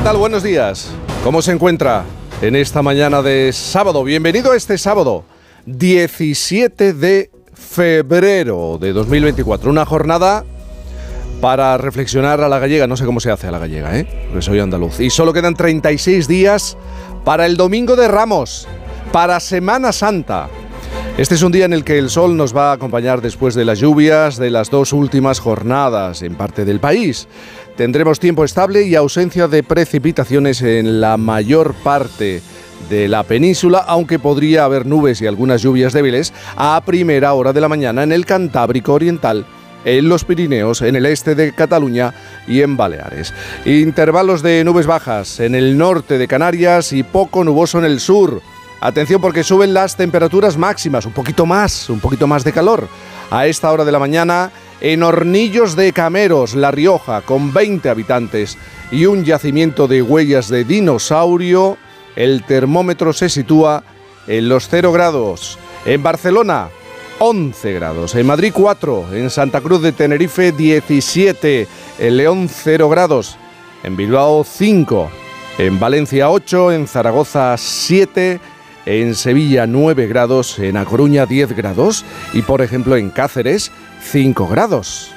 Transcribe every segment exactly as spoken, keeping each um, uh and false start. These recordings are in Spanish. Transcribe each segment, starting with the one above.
tal? Buenos días. ¿Cómo se encuentra en esta mañana de sábado? Bienvenido a este sábado, diecisiete de febrero de dos mil veinticuatro. Una jornada para reflexionar a la gallega. No sé cómo se hace a la gallega, ¿eh? Porque soy andaluz. Y solo quedan treinta y seis días para el Domingo de Ramos, para Semana Santa. Este es un día en el que el sol nos va a acompañar después de las lluvias de las dos últimas jornadas en parte del país. Tendremos tiempo estable y ausencia de precipitaciones en la mayor parte de la península, aunque podría haber nubes y algunas lluvias débiles a primera hora de la mañana en el Cantábrico Oriental, en los Pirineos, en el este de Cataluña y en Baleares. Intervalos de nubes bajas en el norte de Canarias y poco nuboso en el sur. Atención porque suben las temperaturas máximas, un poquito más, un poquito más de calor. A esta hora de la mañana, en Hornillos de Cameros, La Rioja, con veinte habitantes y un yacimiento de huellas de dinosaurio, el termómetro se sitúa en los cero grados. En Barcelona, once grados. En Madrid, cuatro. En Santa Cruz de Tenerife, diecisiete. En León, cero grados. En Bilbao, cinco. En Valencia, ocho. En Zaragoza, siete. En Sevilla, nueve grados. En A Coruña, diez grados. Y, por ejemplo, en Cáceres, cinco grados.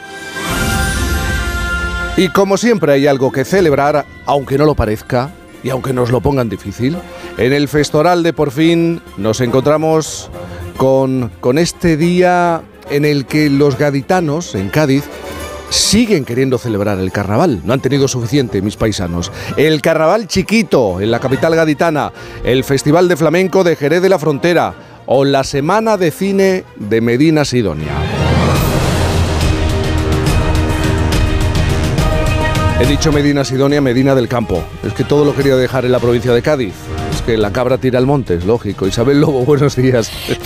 Y como siempre hay algo que celebrar, aunque no lo parezca y aunque nos lo pongan difícil. En el Festoral de Por Fin nos encontramos con, con este día en el que los gaditanos en Cádiz siguen queriendo celebrar el carnaval. No han tenido suficiente, mis paisanos. El carnaval chiquito en la capital gaditana, el Festival de Flamenco de Jerez de la Frontera o la Semana de Cine de Medina Sidonia. He dicho Medina Sidonia, Medina del Campo. Es que todo lo quería dejar en la provincia de Cádiz. Es que la cabra tira al monte, es lógico. Isabel Lobo, buenos días.